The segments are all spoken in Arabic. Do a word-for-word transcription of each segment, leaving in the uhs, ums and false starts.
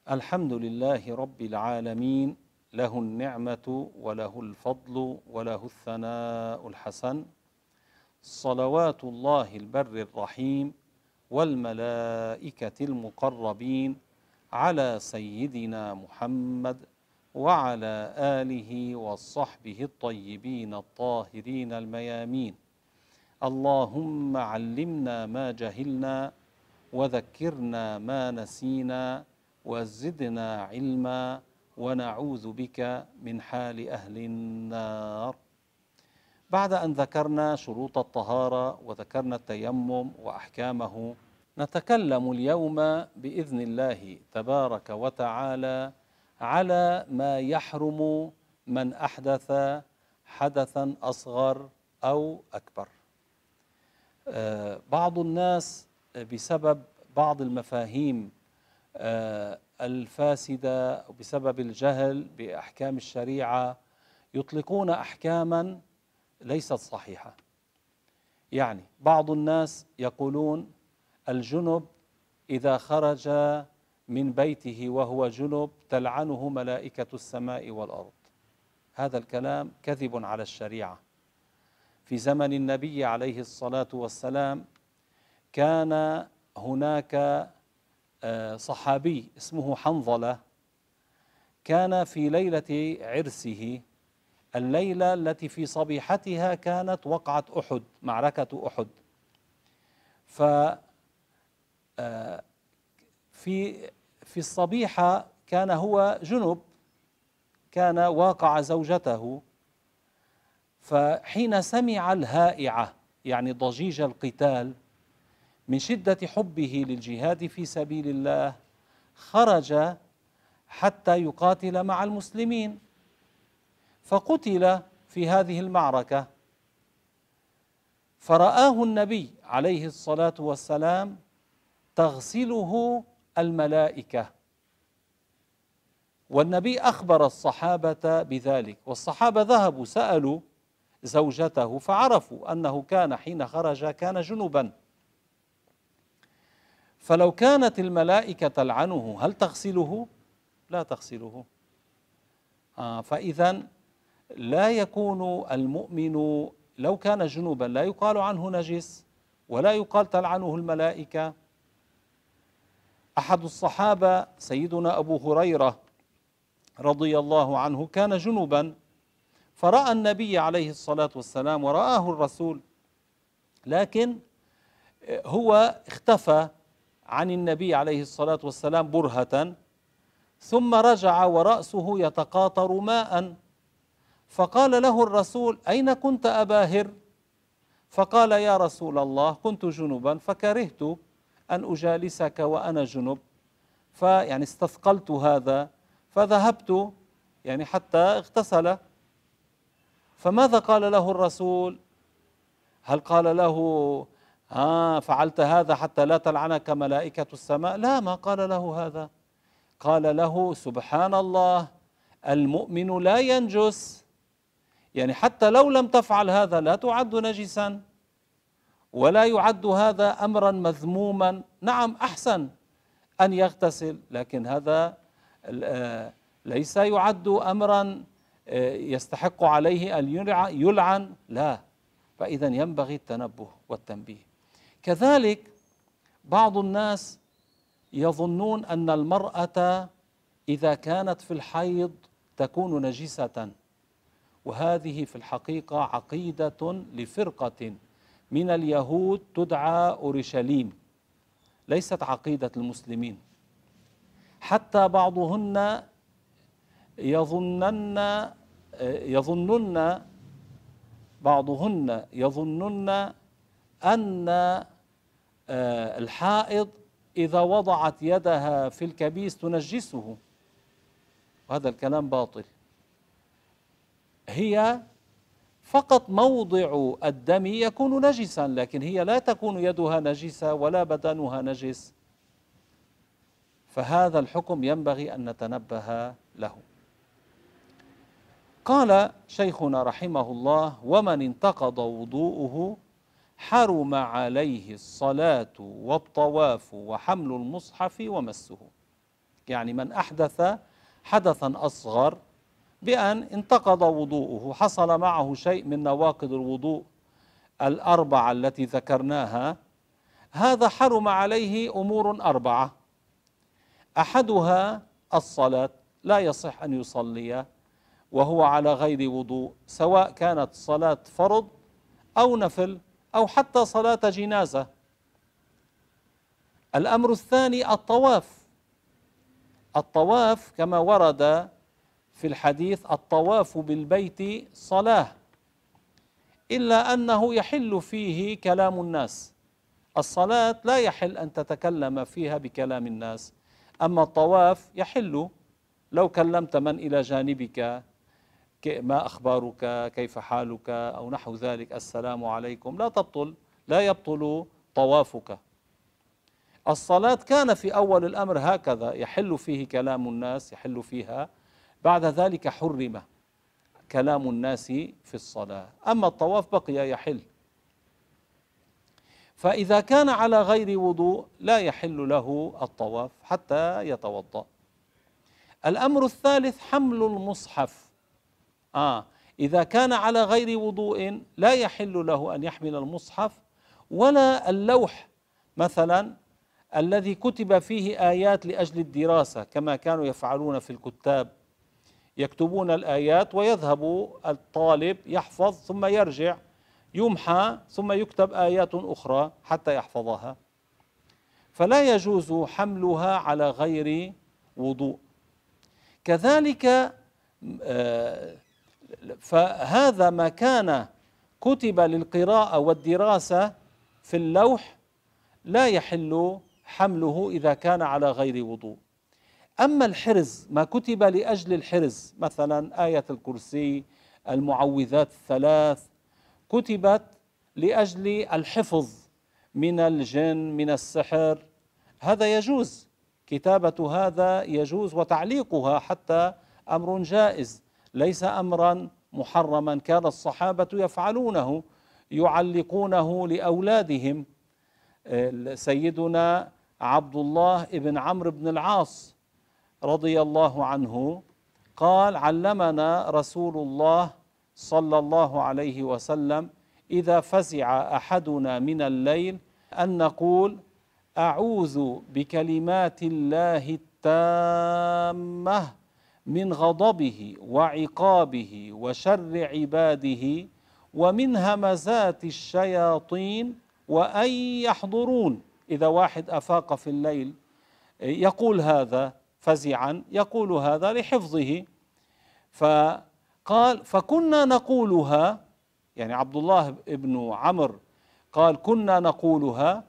الحمد لله رب العالمين، له النعمة وله الفضل وله الثناء الحسن، صلوات الله البر الرحيم والملائكة المقربين على سيدنا محمد وعلى آله وصحبه الطيبين الطاهرين الميامين. اللهم علمنا ما جهلنا وذكرنا ما نسينا وزدنا علما ونعوذ بك من حال أهل النار. بعد أن ذكرنا شروط الطهارة وذكرنا التيمم وأحكامه، نتكلم اليوم بإذن الله تبارك وتعالى على ما يحرم من أحدث حدثا أصغر أو أكبر. بعض الناس بسبب بعض المفاهيم الفاسدة وبسبب الجهل بأحكام الشريعة يطلقون أحكاما ليست صحيحة. يعني بعض الناس يقولون الجنب إذا خرج من بيته وهو جنب تلعنه ملائكة السماء والأرض. هذا الكلام كذب على الشريعة. في زمن النبي عليه الصلاة والسلام كان هناك صحابي اسمه حنظلة، كان في ليلة عرسه، الليلة التي في صبيحتها كانت وقعة أحد، معركة أحد. ففي في الصبيحة كان هو جنب، كان واقع زوجته، فحين سمع الهائعة يعني ضجيج القتال من شدة حبه للجهاد في سبيل الله خرج حتى يقاتل مع المسلمين، فقتل في هذه المعركة. فرآه النبي عليه الصلاة والسلام تغسله الملائكة، والنبي أخبر الصحابة بذلك، والصحابة ذهبوا سألوا زوجته فعرفوا أنه كان حين خرج كان جنبا. فلو كانت الملائكة تلعنه هل تغسله؟ لا تغسله. آه فإذا لا يكون المؤمن لو كان جنوبا لا يقال عنه نجس ولا يقال تلعنه الملائكة. أحد الصحابة سيدنا أبو هريرة رضي الله عنه كان جنوبا، فرأى النبي عليه الصلاة والسلام ورآه الرسول، لكن هو اختفى عن النبي عليه الصلاة والسلام برهة، ثم رجع ورأسه يتقاطر ماء، فقال له الرسول: أين كنت أبا هر؟ فقال: يا رسول الله كنت جنبا فكرهت أن أجالسك وأنا جنب، فيعني استثقلت هذا فذهبت يعني حتى اغتسل. فماذا قال له الرسول؟ هل قال له ها فعلت هذا حتى لا تلعنك ملائكة السماء؟ لا، ما قال له هذا. قال له: سبحان الله، المؤمن لا ينجس، يعني حتى لو لم تفعل هذا لا تعد نجسا ولا يعد هذا أمرا مذموما. نعم، أحسن أن يغتسل، لكن هذا ليس يعد أمرا يستحق عليه أن يلعن، لا. فإذا ينبغي التنبه والتنبيه. كذلك بعض الناس يظنون أن المرأة إذا كانت في الحيض تكون نجسة، وهذه في الحقيقة عقيدة لفرقة من اليهود تدعى أورشليم، ليست عقيدة المسلمين. حتى بعضهن يظنن يظنن بعضهن يظنن أن الحائض إذا وضعت يدها في الكبيس تنجسه، وهذا الكلام باطل. هي فقط موضع الدم يكون نجسا، لكن هي لا تكون يدها نجسة ولا بدنها نجس، فهذا الحكم ينبغي أن نتنبه له. قال شيخنا رحمه الله: ومن انتقض وضوءه حرم عليه الصلاة والطواف وحمل المصحف ومسه. يعني من أحدث حدثا أصغر بأن انتقض وضوءه، حصل معه شيء من نواقض الوضوء الأربعة التي ذكرناها، هذا حرم عليه أمور أربعة. أحدها الصلاة، لا يصح أن يصلي وهو على غير وضوء، سواء كانت صلاة فرض أو نفل أو حتى صلاة جنازة. الأمر الثاني الطواف، الطواف كما ورد في الحديث الطواف بالبيت صلاة، إلا أنه يحل فيه كلام الناس. الصلاة لا يحل أن تتكلم فيها بكلام الناس، أما الطواف يحل لو كلمت من إلى جانبك، ما أخبارك، كيف حالك، أو نحو ذلك، السلام عليكم، لا تبطل لا يبطل طوافك. الصلاة كان في أول الأمر هكذا، يحل فيه كلام الناس، يحل فيها، بعد ذلك حرم كلام الناس في الصلاة، أما الطواف بقي يحل. فإذا كان على غير وضوء لا يحل له الطواف حتى يتوضأ. الأمر الثالث حمل المصحف. آه إذا كان على غير وضوء لا يحل له أن يحمل المصحف ولا اللوح مثلا الذي كتب فيه آيات لأجل الدراسة، كما كانوا يفعلون في الكتاب، يكتبون الآيات ويذهب الطالب يحفظ ثم يرجع يمحى ثم يكتب آيات أخرى حتى يحفظها، فلا يجوز حملها على غير وضوء. كذلك فهذا ما كان كتب للقراءة والدراسة في اللوح لا يحل حمله إذا كان على غير وضوء. أما الحرز، ما كتب لأجل الحرز، مثلا آية الكرسي، المعوذات الثلاث، كتبت لأجل الحفظ من الجن من السحر، هذا يجوز، كتابة هذا يجوز، وتعليقها حتى أمر جائز، ليس أمرا محرما، كان الصحابة يفعلونه، يعلقونه لأولادهم. سيدنا عبد الله بن عمرو بن العاص رضي الله عنه قال: علمنا رسول الله صلى الله عليه وسلم إذا فزع أحدنا من الليل أن نقول: أعوذ بكلمات الله التامة من غضبه وعقابه وشر عباده ومن همزات الشياطين وأن يحضرون. إذا واحد أفاق في الليل يقول هذا فزعا، يقول هذا لحفظه. فقال: فكنا نقولها، يعني عبد الله بن عمرو قال: كنا نقولها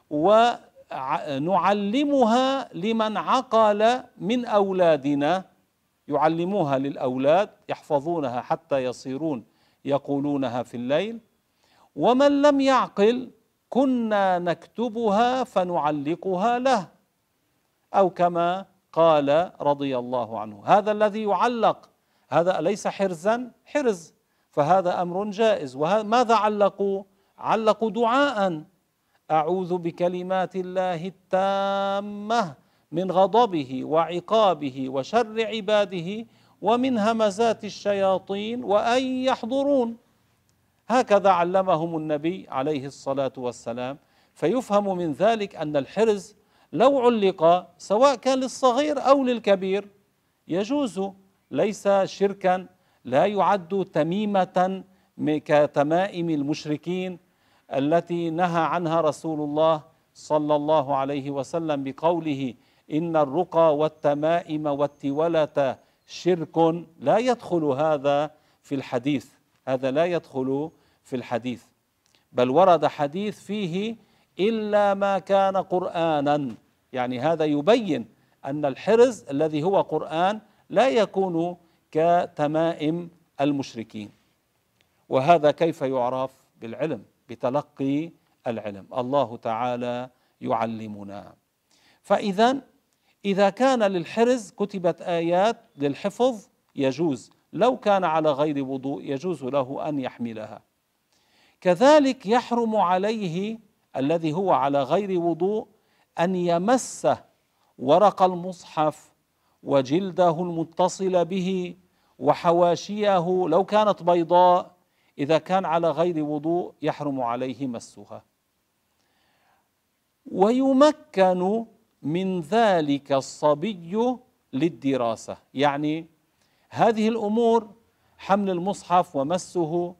ونعلمها لمن عقل من أولادنا، يعلموها للأولاد يحفظونها حتى يصيرون يقولونها في الليل، ومن لم يعقل كنا نكتبها فنعلقها له، أو كما قال رضي الله عنه. هذا الذي يعلق هذا ليس حرزا، حرز، فهذا أمر جائز. وماذا علقوا؟ علقوا دعاء: أعوذ بكلمات الله التامة من غضبه وعقابه وشر عباده ومن همزات الشياطين وأن يحضرون. هكذا علمهم النبي عليه الصلاة والسلام. فيفهم من ذلك أن الحرز لو علق سواء كان للصغير أو للكبير يجوز، ليس شركا، لا يعد تميمة كتمائم المشركين التي نهى عنها رسول الله صلى الله عليه وسلم بقوله: إن الرقى والتمائم والتولة شرك. لا يدخل هذا في الحديث، هذا لا يدخل في الحديث، بل ورد حديث فيه إلا ما كان قرآنا، يعني هذا يبين أن الحرز الذي هو قرآن لا يكون كتمائم المشركين. وهذا كيف يعرف؟ بالعلم، بتلقي العلم، الله تعالى يعلمنا. فإذا إذا كان للحرز كتبت آيات للحفظ يجوز، لو كان على غير وضوء يجوز له أن يحملها. كذلك يحرم عليه الذي هو على غير وضوء أن يمس ورق المصحف وجلده المتصل به وحواشيه لو كانت بيضاء، إذا كان على غير وضوء يحرم عليه مسها. ويمكن من ذلك الصبي للدراسة، يعني هذه الأمور حمل المصحف ومسه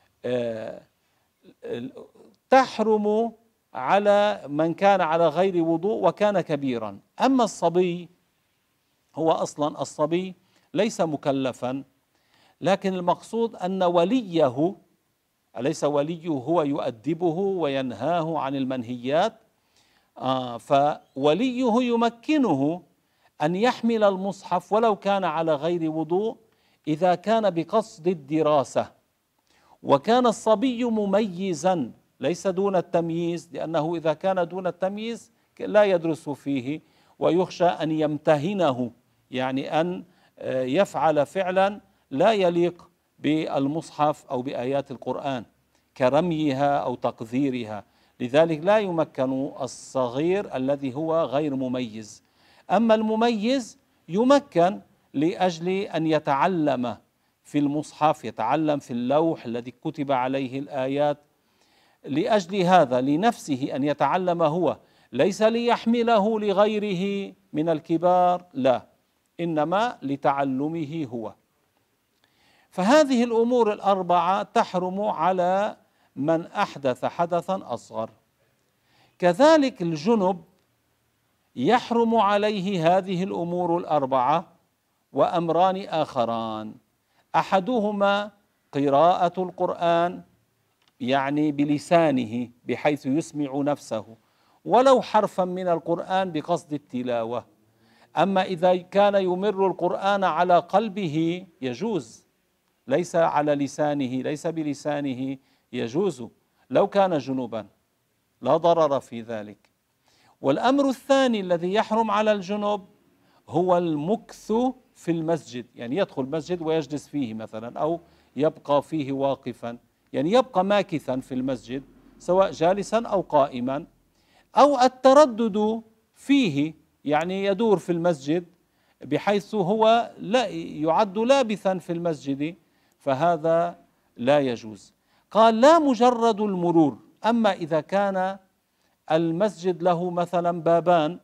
تحرم على من كان على غير وضوء وكان كبيرا. أما الصبي، هو أصلا الصبي ليس مكلفا، لكن المقصود أن وليه، أليس وليه هو يؤدبه وينهاه عن المنهيات؟ آه فوليه يمكنه أن يحمل المصحف ولو كان على غير وضوء إذا كان بقصد الدراسة، وكان الصبي مميزا ليس دون التمييز، لأنه إذا كان دون التمييز لا يدرس فيه، ويخشى أن يمتهنه، يعني أن يفعل فعلا لا يليق بالمصحف أو بآيات القرآن كرميها أو تقذيرها. لذلك لا يمكن الصغير الذي هو غير مميز. أما المميز يمكن لأجل أن يتعلم في المصحف، يتعلم في اللوح الذي كتب عليه الآيات، لأجل هذا لنفسه أن يتعلم هو، ليس ليحمله لغيره من الكبار، لا، إنما لتعلمه هو. فهذه الأمور الأربعة تحرم على من أحدث حدثا أصغر. كذلك الجنب يحرم عليه هذه الأمور الأربعة وأمران آخران، أحدهما قراءة القرآن، يعني بلسانه بحيث يسمع نفسه ولو حرفا من القرآن بقصد التلاوة. أما إذا كان يمر القرآن على قلبه يجوز، ليس على لسانه، ليس بلسانه، يجوز لو كان جنوبا، لا ضرر في ذلك. والأمر الثاني الذي يحرم على الجنوب هو المكث في المسجد، يعني يدخل المسجد ويجلس فيه مثلا، أو يبقى فيه واقفا، يعني يبقى ماكثا في المسجد سواء جالسا أو قائما، أو التردد فيه، يعني يدور في المسجد بحيث هو لا يعد لابثا في المسجد، فهذا لا يجوز. قال لا مجرد المرور، أما إذا كان المسجد له مثلا بابان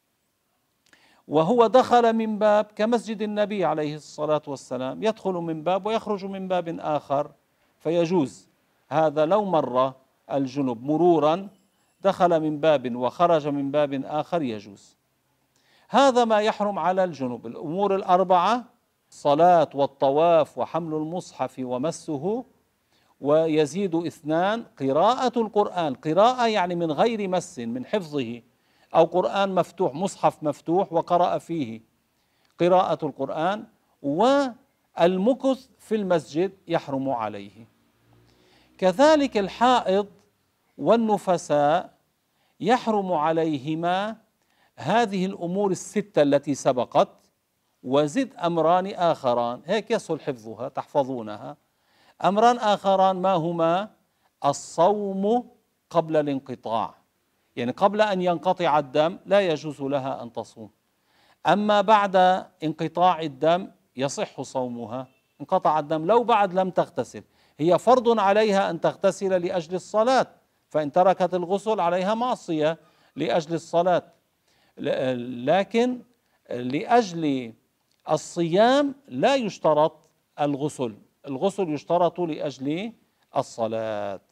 وهو دخل من باب كمسجد النبي عليه الصلاة والسلام، يدخل من باب ويخرج من باب آخر، فيجوز هذا لو مر الجنب مرورا، دخل من باب وخرج من باب آخر يجوز. هذا ما يحرم على الجنب. الأمور الأربعة: الصلاة والطواف وحمل المصحف ومسه، ويزيد اثنان: قراءة القرآن، قراءة يعني من غير مس، من حفظه، أو قرآن مفتوح، مصحف مفتوح وقرأ فيه، قراءة القرآن. والمكث في المسجد يحرم عليه. كذلك الحائض والنفساء يحرم عليهما هذه الأمور الستة التي سبقت، وزد أمران آخران، هيك يسهل حفظها تحفظونها. أمران آخران ما هما؟ الصوم قبل الانقطاع، يعني قبل أن ينقطع الدم لا يجوز لها أن تصوم، أما بعد انقطاع الدم يصح صومها. انقطع الدم لو بعد لم تغتسل، هي فرض عليها أن تغتسل لأجل الصلاة، فإن تركت الغسل عليها معصية لأجل الصلاة، لكن لأجل الصيام لا يشترط الغسل، الغسل يشترط لأجل الصلاة.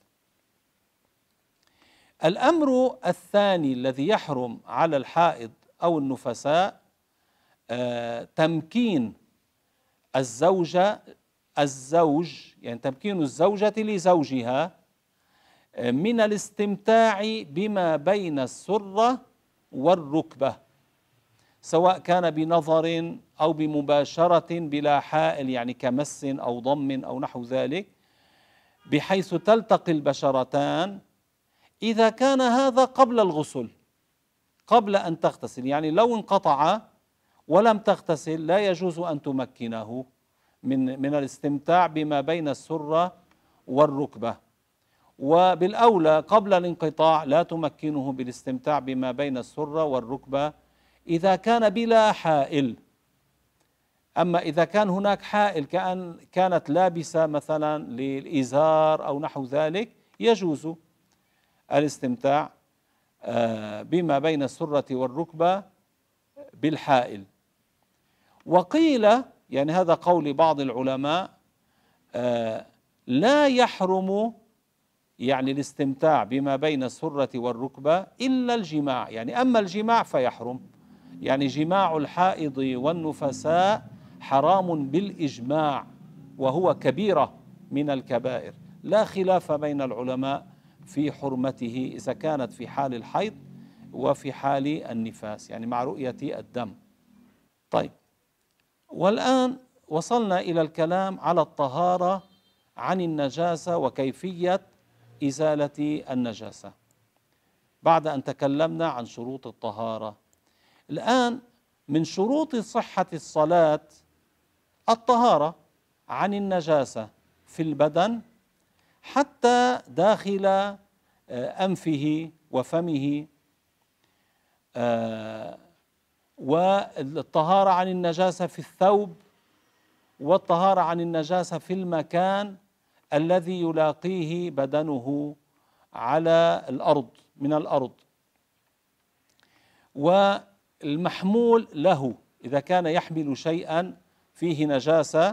الأمر الثاني الذي يحرم على الحائض أو النفساء آه تمكين الزوجة الزوج يعني تمكين الزوجة لزوجها آه من الاستمتاع بما بين السرة والركبة، سواء كان بنظر أو بمباشرة بلا حائل، يعني كمس أو ضم أو نحو ذلك، بحيث تلتقي البشرتان، إذا كان هذا قبل الغسل، قبل أن تغتسل، يعني لو انقطع ولم تغتسل لا يجوز أن تمكنه من من الاستمتاع بما بين السرة والركبة، وبالأولى قبل الانقطاع لا تمكنه بالاستمتاع بما بين السرة والركبة إذا كان بلا حائل، أما إذا كان هناك حائل كأن كانت لابسة مثلا للإزار أو نحو ذلك يجوز الاستمتاع بما بين السرة والركبة بالحائل. وقيل يعني هذا قول بعض العلماء لا يحرم يعني الاستمتاع بما بين السرة والركبة إلا الجماع، يعني أما الجماع فيحرم، يعني جماع الحائض والنفساء حرام بالإجماع وهو كبيرة من الكبائر، لا خلاف بين العلماء في حرمته إذا كانت في حال الحيض وفي حال النفاس، يعني مع رؤية الدم. طيب، والآن وصلنا إلى الكلام على الطهارة عن النجاسة وكيفية إزالة النجاسة بعد أن تكلمنا عن شروط الطهارة. الآن من شروط صحة الصلاة الطهارة عن النجاسة في البدن حتى داخل أنفه وفمه، والطهارة عن النجاسة في الثوب، والطهارة عن النجاسة في المكان الذي يلاقيه بدنه على الأرض من الأرض، والمحمول له إذا كان يحمل شيئا فيه نجاسة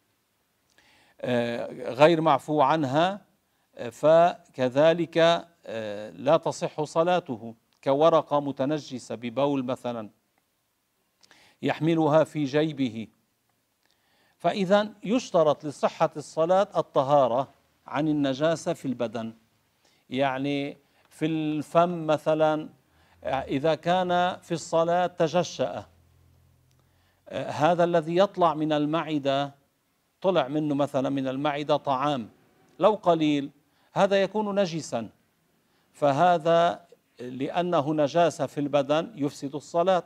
غير معفو عنها فكذلك لا تصح صلاته، كورقة متنجسة ببول مثلا يحملها في جيبه. فإذا يشترط لصحة الصلاة الطهارة عن النجاسة في البدن، يعني في الفم مثلا إذا كان في الصلاة تجشأ، هذا الذي يطلع من المعدة طلع منه مثلا من المعدة طعام لو قليل، هذا يكون نجسا، فهذا لأنه نجاسة في البدن يفسد الصلاة.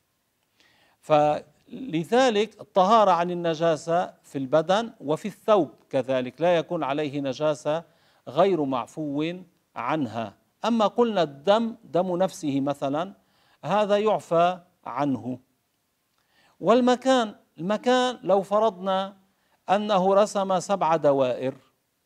فلذلك الطهارة عن النجاسة في البدن وفي الثوب كذلك لا يكون عليه نجاسة غير معفو عنها. أما قلنا الدم دم نفسه مثلا هذا يعفى عنه. والمكان، المكان لو فرضنا أنه رسم سبع دوائر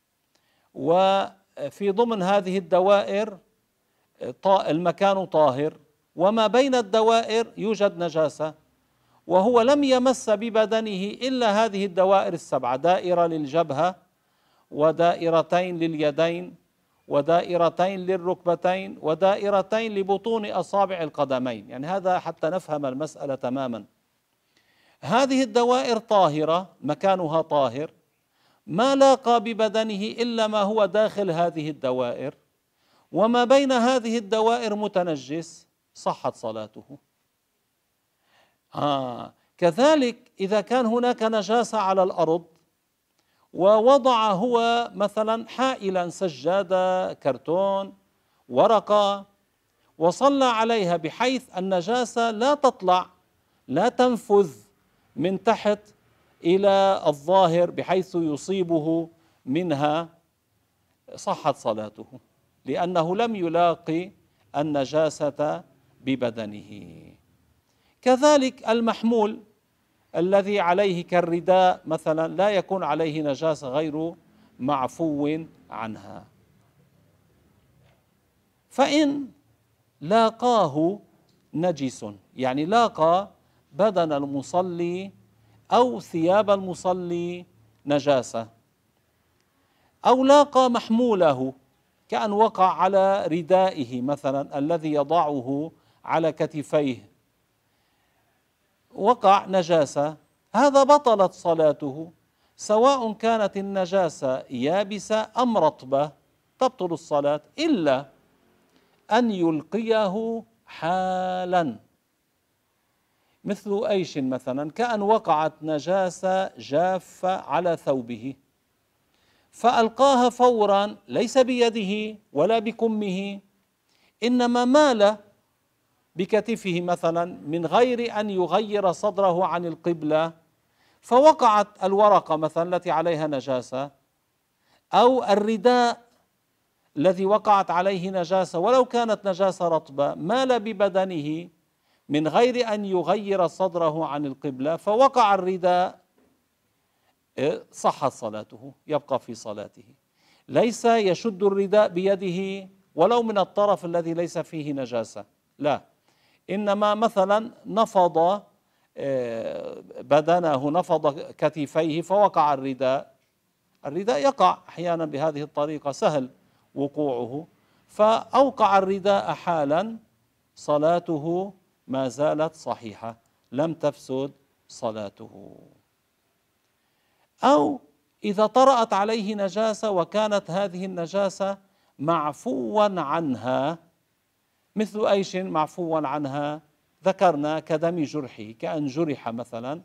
وفي ضمن هذه الدوائر المكان طاهر وما بين الدوائر يوجد نجاسة وهو لم يمس ببدنه إلا هذه الدوائر السبعة، دائرة للجبهة ودائرتين لليدين ودائرتين للركبتين ودائرتين لبطون أصابع القدمين، يعني هذا حتى نفهم المسألة تماما. هذه الدوائر طاهرة مكانها طاهر، ما لاقى ببدنه إلا ما هو داخل هذه الدوائر، وما بين هذه الدوائر متنجس، صحت صلاته. آه. كذلك إذا كان هناك نجاسة على الأرض ووضع هو مثلا حائلا سجادة كرتون ورقة وصلى عليها بحيث النجاسة لا تطلع لا تنفذ من تحت إلى الظاهر بحيث يصيبه منها، صحت صلاته لأنه لم يلاقي النجاسة ببدنه. كذلك المحمول الذي عليه كالرداء مثلا لا يكون عليه نجاسة غير معفو عنها. فإن لاقاه نجس، يعني لاقى بدن المصلي أو ثياب المصلي نجاسة، أو لاقى محموله كأن وقع على ردائه مثلا الذي يضعه على كتفيه وقع نجاسة، هذا بطلت صلاته سواء كانت النجاسة يابسة أم رطبة، تبطل الصلاة إلا أن يلقيه حالا. مثل أيش مثلا، كأن وقعت نجاسة جافة على ثوبه فألقاها فورا ليس بيده ولا بكمه، إنما مال بكتفه مثلا من غير أن يغير صدره عن القبلة، فوقعت الورقة مثلا التي عليها نجاسة أو الرداء الذي وقعت عليه نجاسة ولو كانت نجاسة رطبة، مال ببدنه من غير أن يغير صدره عن القبلة فوقع الرداء، صحت صلاته، يبقى في صلاته. ليس يشد الرداء بيده ولو من الطرف الذي ليس فيه نجاسة، لا، إنما مثلا نفض بدنه، نفض كتفيه فوقع الرداء، الرداء يقع أحيانا بهذه الطريقة، سهل وقوعه، فأوقع الرداء حالا، صلاته ما زالت صحيحة، لم تفسد صلاته. أو إذا طرأت عليه نجاسة وكانت هذه النجاسة معفوا عنها، مثل أيش معفوا عنها؟ ذكرنا كدم جرحه، كأن جرح مثلا،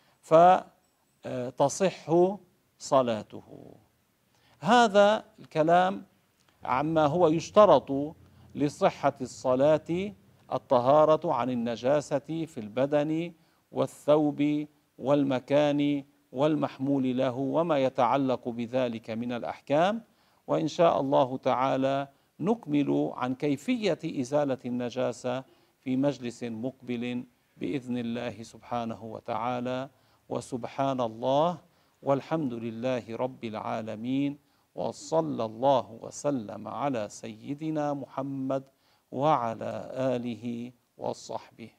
فتصح صلاته. هذا الكلام عما هو يشترط لصحة الصلاة: الطهارة عن النجاسة في البدن والثوب والمكان والمحمول له وما يتعلق بذلك من الأحكام. وإن شاء الله تعالى نكمل عن كيفية إزالة النجاسة في مجلس مقبل بإذن الله سبحانه وتعالى. وسبحان الله والحمد لله رب العالمين، وصلى الله وسلم على سيدنا محمد وعلى آله وصحبه.